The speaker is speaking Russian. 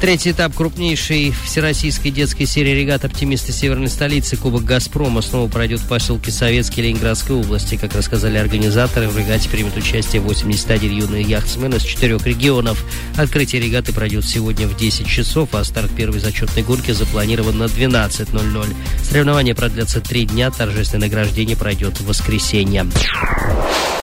Третий этап крупнейшей всероссийской детской серии регат «Оптимисты Северной столицы» Кубок «Газпрома» снова пройдет в поселке Советский Ленинградской области. Как рассказали организаторы, в регате примет участие 81 юные яхтсмены из 4 регионов. Открытие регаты пройдет сегодня в 10 часов, а старт первой зачетной гонки запланирован на 12:00. Соревнования продлятся 3 дня, торжественное награждение пройдет в воскресенье.